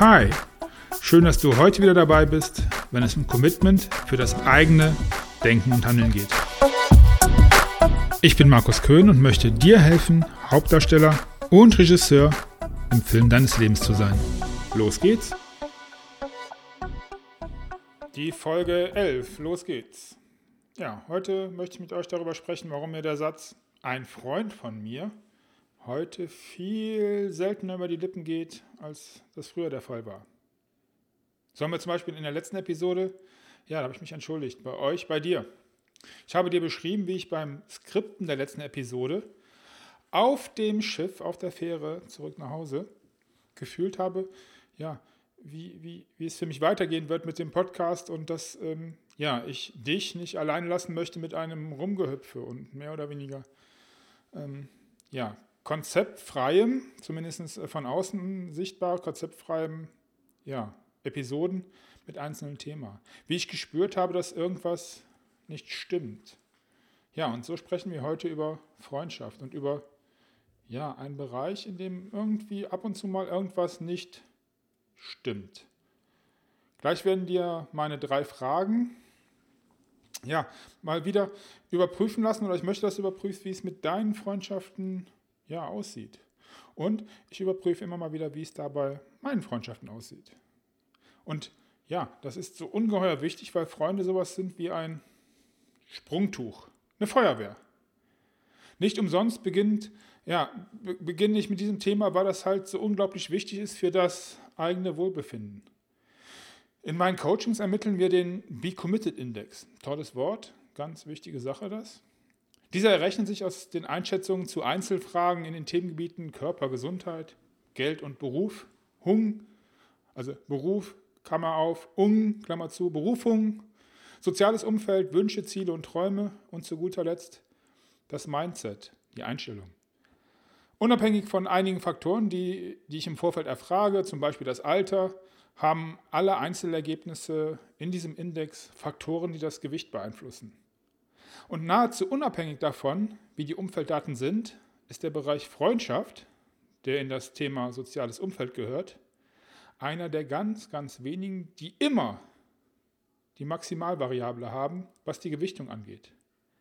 Hi, schön, dass du heute wieder dabei bist, wenn es um Commitment für das eigene Denken und Handeln geht. Ich bin Markus Köhn und möchte dir helfen, Hauptdarsteller und Regisseur im Film deines Lebens zu sein. Los geht's! Die Folge 11, los geht's. Ja, heute möchte ich mit euch darüber sprechen, warum mir der Satz "ein Freund von mir" heute viel seltener über die Lippen geht, als das früher der Fall war. So haben wir zum Beispiel in der letzten Episode, da habe ich mich entschuldigt, bei dir. Ich habe dir beschrieben, wie ich beim Skripten der letzten Episode auf dem Schiff, auf der Fähre zurück nach Hause gefühlt habe, wie es für mich weitergehen wird mit dem Podcast und dass ich dich nicht allein lassen möchte mit einem Rumgehüpfe und mehr oder weniger konzeptfreiem, zumindest von außen sichtbar, konzeptfreiem Episoden mit einzelnen Themen. Wie ich gespürt habe, dass irgendwas nicht stimmt. Ja, und so sprechen wir heute über Freundschaft und über einen Bereich, in dem irgendwie ab und zu mal irgendwas nicht stimmt. Gleich werden dir meine 3 Fragen mal wieder überprüfen lassen, oder ich möchte, dass du überprüfst, wie es mit deinen Freundschaften aussieht. Und ich überprüfe immer mal wieder, wie es da bei meinen Freundschaften aussieht. Und das ist so ungeheuer wichtig, weil Freunde sowas sind wie ein Sprungtuch, eine Feuerwehr. Nicht umsonst beginne ich mit diesem Thema, weil das halt so unglaublich wichtig ist für das eigene Wohlbefinden. In meinen Coachings ermitteln wir den Be Committed Index. Tolles Wort, ganz wichtige Sache das. Dieser errechnet sich aus den Einschätzungen zu Einzelfragen in den Themengebieten Körper, Gesundheit, Geld und Beruf, Hung, also Beruf, Klammer auf, Ung, Klammer zu, Berufung, soziales Umfeld, Wünsche, Ziele und Träume und zu guter Letzt das Mindset, die Einstellung. Unabhängig von einigen Faktoren, die ich im Vorfeld erfrage, zum Beispiel das Alter, haben alle Einzelergebnisse in diesem Index Faktoren, die das Gewicht beeinflussen. Und nahezu unabhängig davon, wie die Umfelddaten sind, ist der Bereich Freundschaft, der in das Thema soziales Umfeld gehört, einer der ganz, ganz wenigen, die immer die Maximalvariable haben, was die Gewichtung angeht.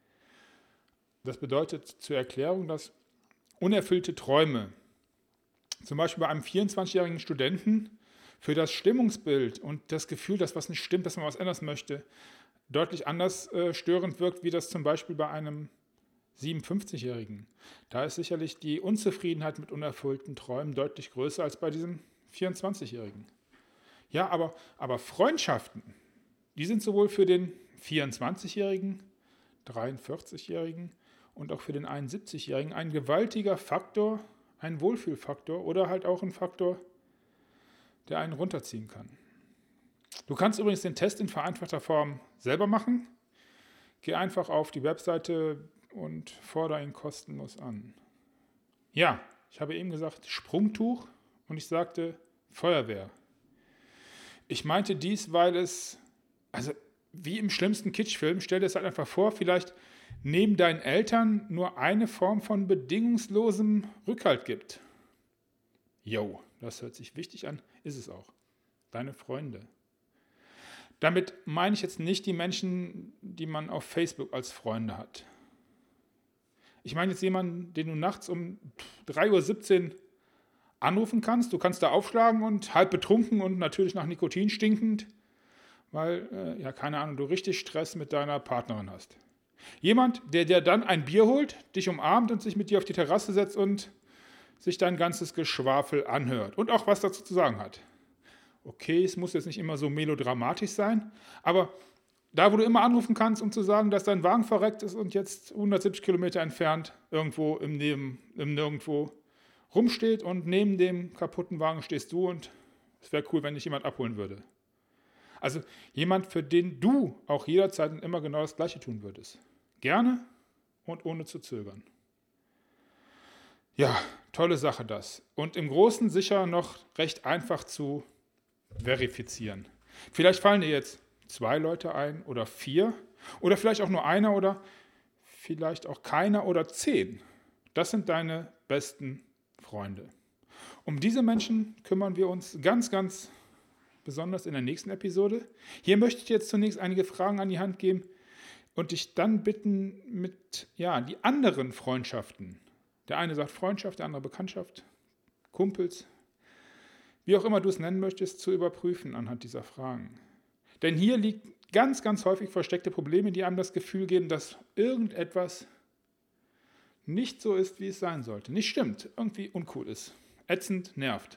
Das bedeutet zur Erklärung, dass unerfüllte Träume, zum Beispiel bei einem 24-jährigen Studenten, für das Stimmungsbild und das Gefühl, dass was nicht stimmt, dass man was ändern möchte, deutlich anders störend wirkt, wie das zum Beispiel bei einem 57-jährigen. Da ist sicherlich die Unzufriedenheit mit unerfüllten Träumen deutlich größer als bei diesem 24-jährigen. Ja, aber Freundschaften, die sind sowohl für den 24-jährigen, 43-jährigen und auch für den 71-jährigen ein gewaltiger Faktor, ein Wohlfühlfaktor oder halt auch ein Faktor, der einen runterziehen kann. Du kannst übrigens den Test in vereinfachter Form selber machen. Geh einfach auf die Webseite und fordere ihn kostenlos an. Ja, ich habe eben gesagt Sprungtuch und ich sagte Feuerwehr. Ich meinte dies, weil es, wie im schlimmsten Kitschfilm, stell dir das halt einfach vor, vielleicht neben deinen Eltern nur eine Form von bedingungslosem Rückhalt gibt. Jo, das hört sich wichtig an, ist es auch. Deine Freunde. Damit meine ich jetzt nicht die Menschen, die man auf Facebook als Freunde hat. Ich meine jetzt jemanden, den du nachts um 3:17 Uhr anrufen kannst. Du kannst da aufschlagen und halb betrunken und natürlich nach Nikotin stinkend, weil, keine Ahnung, du richtig Stress mit deiner Partnerin hast. Jemand, der dir dann ein Bier holt, dich umarmt und sich mit dir auf die Terrasse setzt und sich dein ganzes Geschwafel anhört und auch was dazu zu sagen hat. Okay, es muss jetzt nicht immer so melodramatisch sein, aber da, wo du immer anrufen kannst, um zu sagen, dass dein Wagen verreckt ist und jetzt 170 Kilometer entfernt irgendwo im Nirgendwo rumsteht und neben dem kaputten Wagen stehst du und es wäre cool, wenn dich jemand abholen würde. Also jemand, für den du auch jederzeit und immer genau das Gleiche tun würdest. Gerne und ohne zu zögern. Ja, tolle Sache das. Und im Großen sicher noch recht einfach zu verifizieren. Vielleicht fallen dir jetzt 2 Leute ein oder 4 oder vielleicht auch nur einer oder vielleicht auch keiner oder 10. Das sind deine besten Freunde. Um diese Menschen kümmern wir uns ganz, ganz besonders in der nächsten Episode. Hier möchte ich dir jetzt zunächst einige Fragen an die Hand geben und dich dann bitten, mit die anderen Freundschaften, der eine sagt Freundschaft, der andere Bekanntschaft, Kumpels, wie auch immer du es nennen möchtest, zu überprüfen anhand dieser Fragen. Denn hier liegen ganz, ganz häufig versteckte Probleme, die einem das Gefühl geben, dass irgendetwas nicht so ist, wie es sein sollte. Nicht stimmt, irgendwie uncool ist, ätzend, nervt,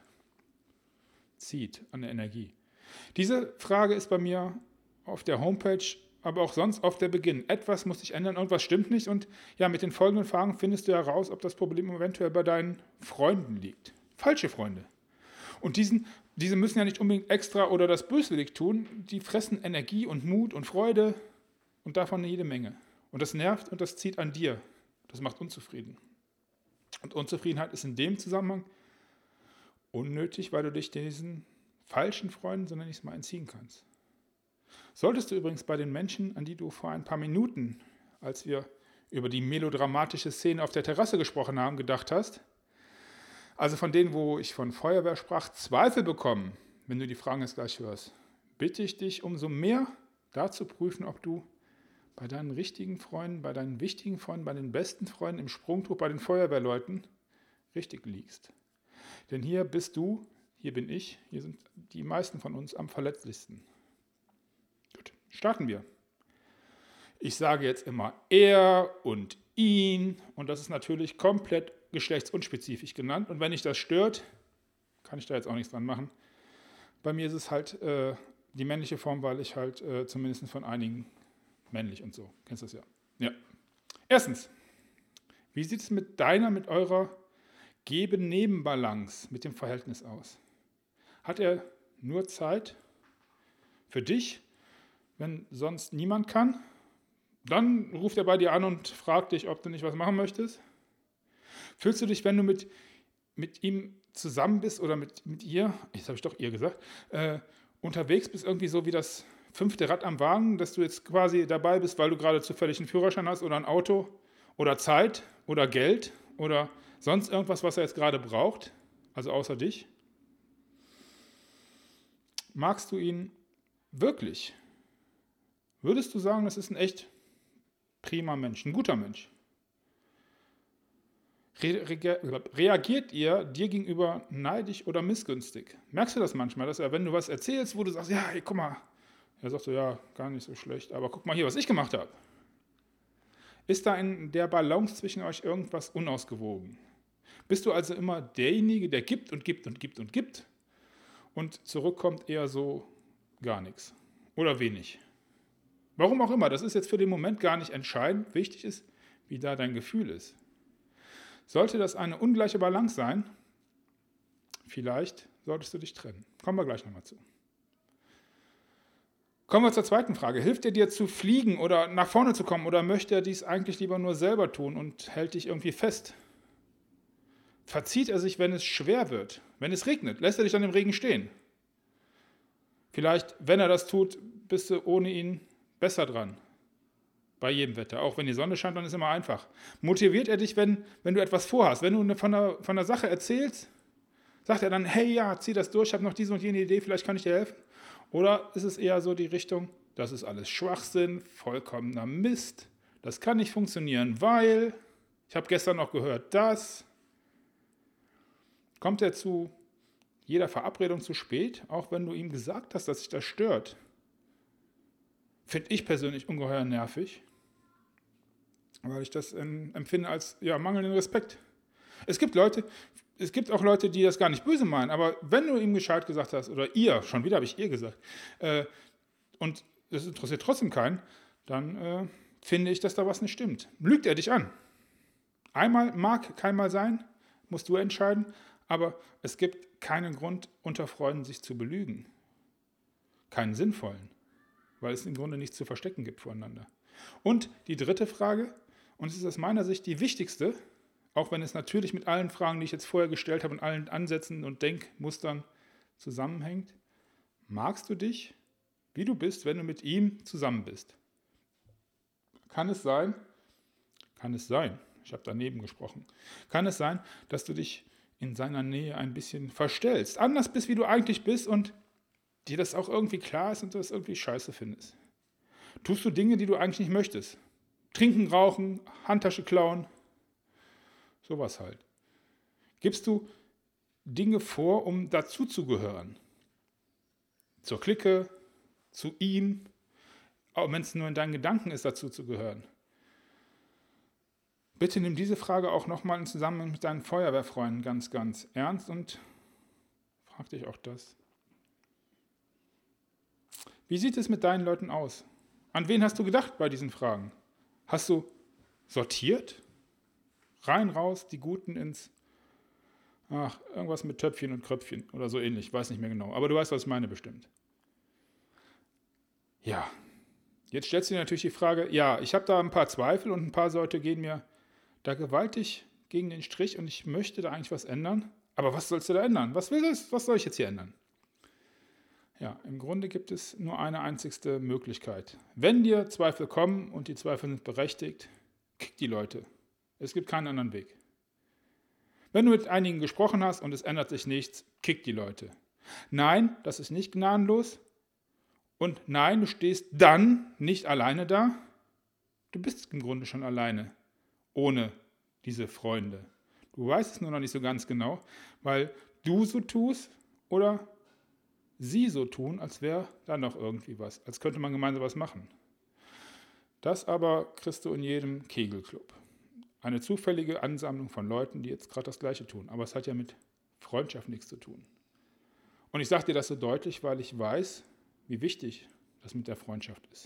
zieht an der Energie. Diese Frage ist bei mir auf der Homepage, aber auch sonst auf der Beginn. Etwas muss sich ändern, irgendwas stimmt nicht. Und ja, mit den folgenden Fragen findest du heraus, ob das Problem eventuell bei deinen Freunden liegt. Falsche Freunde. Und diese müssen ja nicht unbedingt extra oder das böswillig tun. Die fressen Energie und Mut und Freude und davon jede Menge. Und das nervt und das zieht an dir. Das macht unzufrieden. Und Unzufriedenheit ist in dem Zusammenhang unnötig, weil du dich diesen falschen Freunden, sondern nicht mal entziehen kannst. Solltest du übrigens bei den Menschen, an die du vor ein paar Minuten, als wir über die melodramatische Szene auf der Terrasse gesprochen haben, gedacht hast, also von denen, wo ich von Feuerwehr sprach, Zweifel bekommen, wenn du die Fragen jetzt gleich hörst, bitte ich dich umso mehr, da zu prüfen, ob du bei deinen richtigen Freunden, bei deinen wichtigen Freunden, bei den besten Freunden im Sprungtuch, bei den Feuerwehrleuten richtig liegst. Denn hier bist du, hier bin ich, hier sind die meisten von uns am verletzlichsten. Gut, starten wir. Ich sage jetzt immer er und ihn und das ist natürlich komplett geschlechtsunspezifisch genannt. Und wenn dich das stört, kann ich da jetzt auch nichts dran machen. Bei mir ist es halt die männliche Form, weil ich halt zumindest von einigen männlich und so. Kennst du das ja? Ja. Erstens, wie sieht es mit eurer Geben-Neben-Balance mit dem Verhältnis aus? Hat er nur Zeit für dich, wenn sonst niemand kann? Dann ruft er bei dir an und fragt dich, ob du nicht was machen möchtest. Fühlst du dich, wenn du mit ihm zusammen bist oder mit ihr, jetzt habe ich doch ihr gesagt, unterwegs bist, irgendwie so wie das 5. Rad am Wagen, dass du jetzt quasi dabei bist, weil du gerade zufällig einen Führerschein hast oder ein Auto oder Zeit oder Geld oder sonst irgendwas, was er jetzt gerade braucht, also außer dich? Magst du ihn wirklich? Würdest du sagen, das ist ein echt prima Mensch, ein guter Mensch? Reagiert ihr dir gegenüber neidisch oder missgünstig? Merkst du das manchmal, dass er, wenn du was erzählst, wo du sagst, ja, hey, guck mal, er sagt so, ja, gar nicht so schlecht, aber guck mal hier, was ich gemacht habe. Ist da in der Balance zwischen euch irgendwas unausgewogen? Bist du also immer derjenige, der gibt und gibt und gibt und gibt und zurückkommt eher so gar nichts oder wenig? Warum auch immer, das ist jetzt für den Moment gar nicht entscheidend. Wichtig ist, wie da dein Gefühl ist. Sollte das eine ungleiche Balance sein, vielleicht solltest du dich trennen. Kommen wir gleich nochmal zu. Kommen wir zur zweiten Frage. Hilft er dir zu fliegen oder nach vorne zu kommen oder möchte er dies eigentlich lieber nur selber tun und hält dich irgendwie fest? Verzieht er sich, wenn es schwer wird? Wenn es regnet, lässt er dich dann im Regen stehen? Vielleicht, wenn er das tut, bist du ohne ihn besser dran. Bei jedem Wetter. Auch wenn die Sonne scheint, dann ist es immer einfach. Motiviert er dich, wenn du etwas vorhast? Wenn du von der Sache erzählst, sagt er dann, hey, ja, zieh das durch, ich habe noch diese und jene Idee, vielleicht kann ich dir helfen. Oder ist es eher so die Richtung, das ist alles Schwachsinn, vollkommener Mist, das kann nicht funktionieren, weil, ich habe gestern noch gehört, das. Kommt er zu jeder Verabredung zu spät, auch wenn du ihm gesagt hast, dass sich das stört? Finde ich persönlich ungeheuer nervig, weil ich das empfinde als mangelnden Respekt. Es gibt auch Leute, die das gar nicht böse meinen, aber wenn du ihm Bescheid gesagt hast, oder ihr, schon wieder habe ich ihr gesagt, und es interessiert trotzdem keinen, dann finde ich, dass da was nicht stimmt. Lügt er dich an? Einmal mag keinmal sein, musst du entscheiden, aber es gibt keinen Grund, unter Freunden sich zu belügen. Keinen sinnvollen, weil es im Grunde nichts zu verstecken gibt voneinander. Und die dritte Frage, und es ist aus meiner Sicht die wichtigste, auch wenn es natürlich mit allen Fragen, die ich jetzt vorher gestellt habe und allen Ansätzen und Denkmustern zusammenhängt, magst du dich, wie du bist, wenn du mit ihm zusammen bist? Kann es sein, ich habe daneben gesprochen, kann es sein, dass du dich in seiner Nähe ein bisschen verstellst, anders bist, wie du eigentlich bist und dir das auch irgendwie klar ist und du das irgendwie scheiße findest? Tust du Dinge, die du eigentlich nicht möchtest? Trinken, rauchen, Handtasche klauen, sowas halt. Gibst du Dinge vor, um dazuzugehören? Zur Clique, zu ihm, auch wenn es nur in deinen Gedanken ist, dazuzugehören. Bitte nimm diese Frage auch nochmal in Zusammenhang mit deinen Feuerwehrfreunden ganz, ganz ernst und frag dich auch das. Wie sieht es mit deinen Leuten aus? An wen hast du gedacht bei diesen Fragen? Hast du sortiert? Rein, raus, die Guten ins, irgendwas mit Töpfchen und Kröpfchen oder so ähnlich, weiß nicht mehr genau. Aber du weißt, was ich meine bestimmt. Ja, jetzt stellst du dir natürlich die Frage, ja, ich habe da ein paar Zweifel und ein paar Leute gehen mir da gewaltig gegen den Strich und ich möchte da eigentlich was ändern. Aber was sollst du da ändern? Was soll ich jetzt hier ändern? Ja, im Grunde gibt es nur eine einzigste Möglichkeit. Wenn dir Zweifel kommen und die Zweifel sind berechtigt, kick die Leute. Es gibt keinen anderen Weg. Wenn du mit einigen gesprochen hast und es ändert sich nichts, kick die Leute. Nein, das ist nicht gnadenlos. Und nein, du stehst dann nicht alleine da. Du bist im Grunde schon alleine, ohne diese Freunde. Du weißt es nur noch nicht so ganz genau, weil du so tust oder sie so tun, als wäre da noch irgendwie was, als könnte man gemeinsam was machen. Das aber kriegst du in jedem Kegelclub. Eine zufällige Ansammlung von Leuten, die jetzt gerade das Gleiche tun. Aber es hat ja mit Freundschaft nichts zu tun. Und ich sage dir das so deutlich, weil ich weiß, wie wichtig das mit der Freundschaft ist.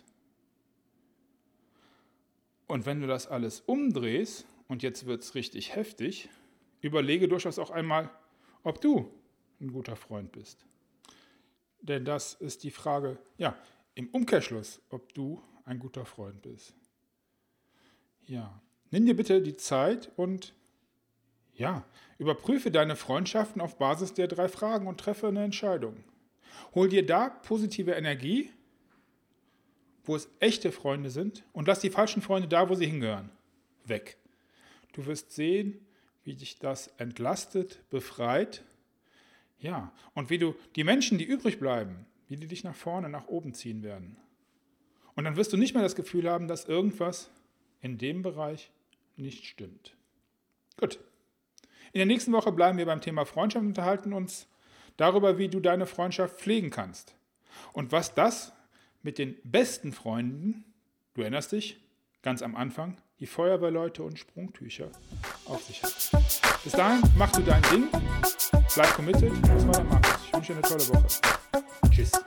Und wenn du das alles umdrehst, und jetzt wird es richtig heftig, überlege durchaus auch einmal, ob du ein guter Freund bist. Denn das ist die Frage, ja, im Umkehrschluss, ob du ein guter Freund bist. Ja, nimm dir bitte die Zeit und ja, überprüfe deine Freundschaften auf Basis der 3 Fragen und treffe eine Entscheidung. Hol dir da positive Energie, wo es echte Freunde sind, und lass die falschen Freunde da, wo sie hingehören, weg. Du wirst sehen, wie dich das entlastet, befreit. Ja, und wie du die Menschen, die übrig bleiben, wie die dich nach vorne, nach oben ziehen werden. Und dann wirst du nicht mehr das Gefühl haben, dass irgendwas in dem Bereich nicht stimmt. Gut. In der nächsten Woche bleiben wir beim Thema Freundschaft und unterhalten uns darüber, wie du deine Freundschaft pflegen kannst. Und was das mit den besten Freunden, du erinnerst dich, ganz am Anfang, die Feuerwehrleute und Sprungtücher auf sich hat. Bis dahin, mach du dein Ding, bleib committed, was weiter machst. Ich wünsche dir eine tolle Woche. Tschüss.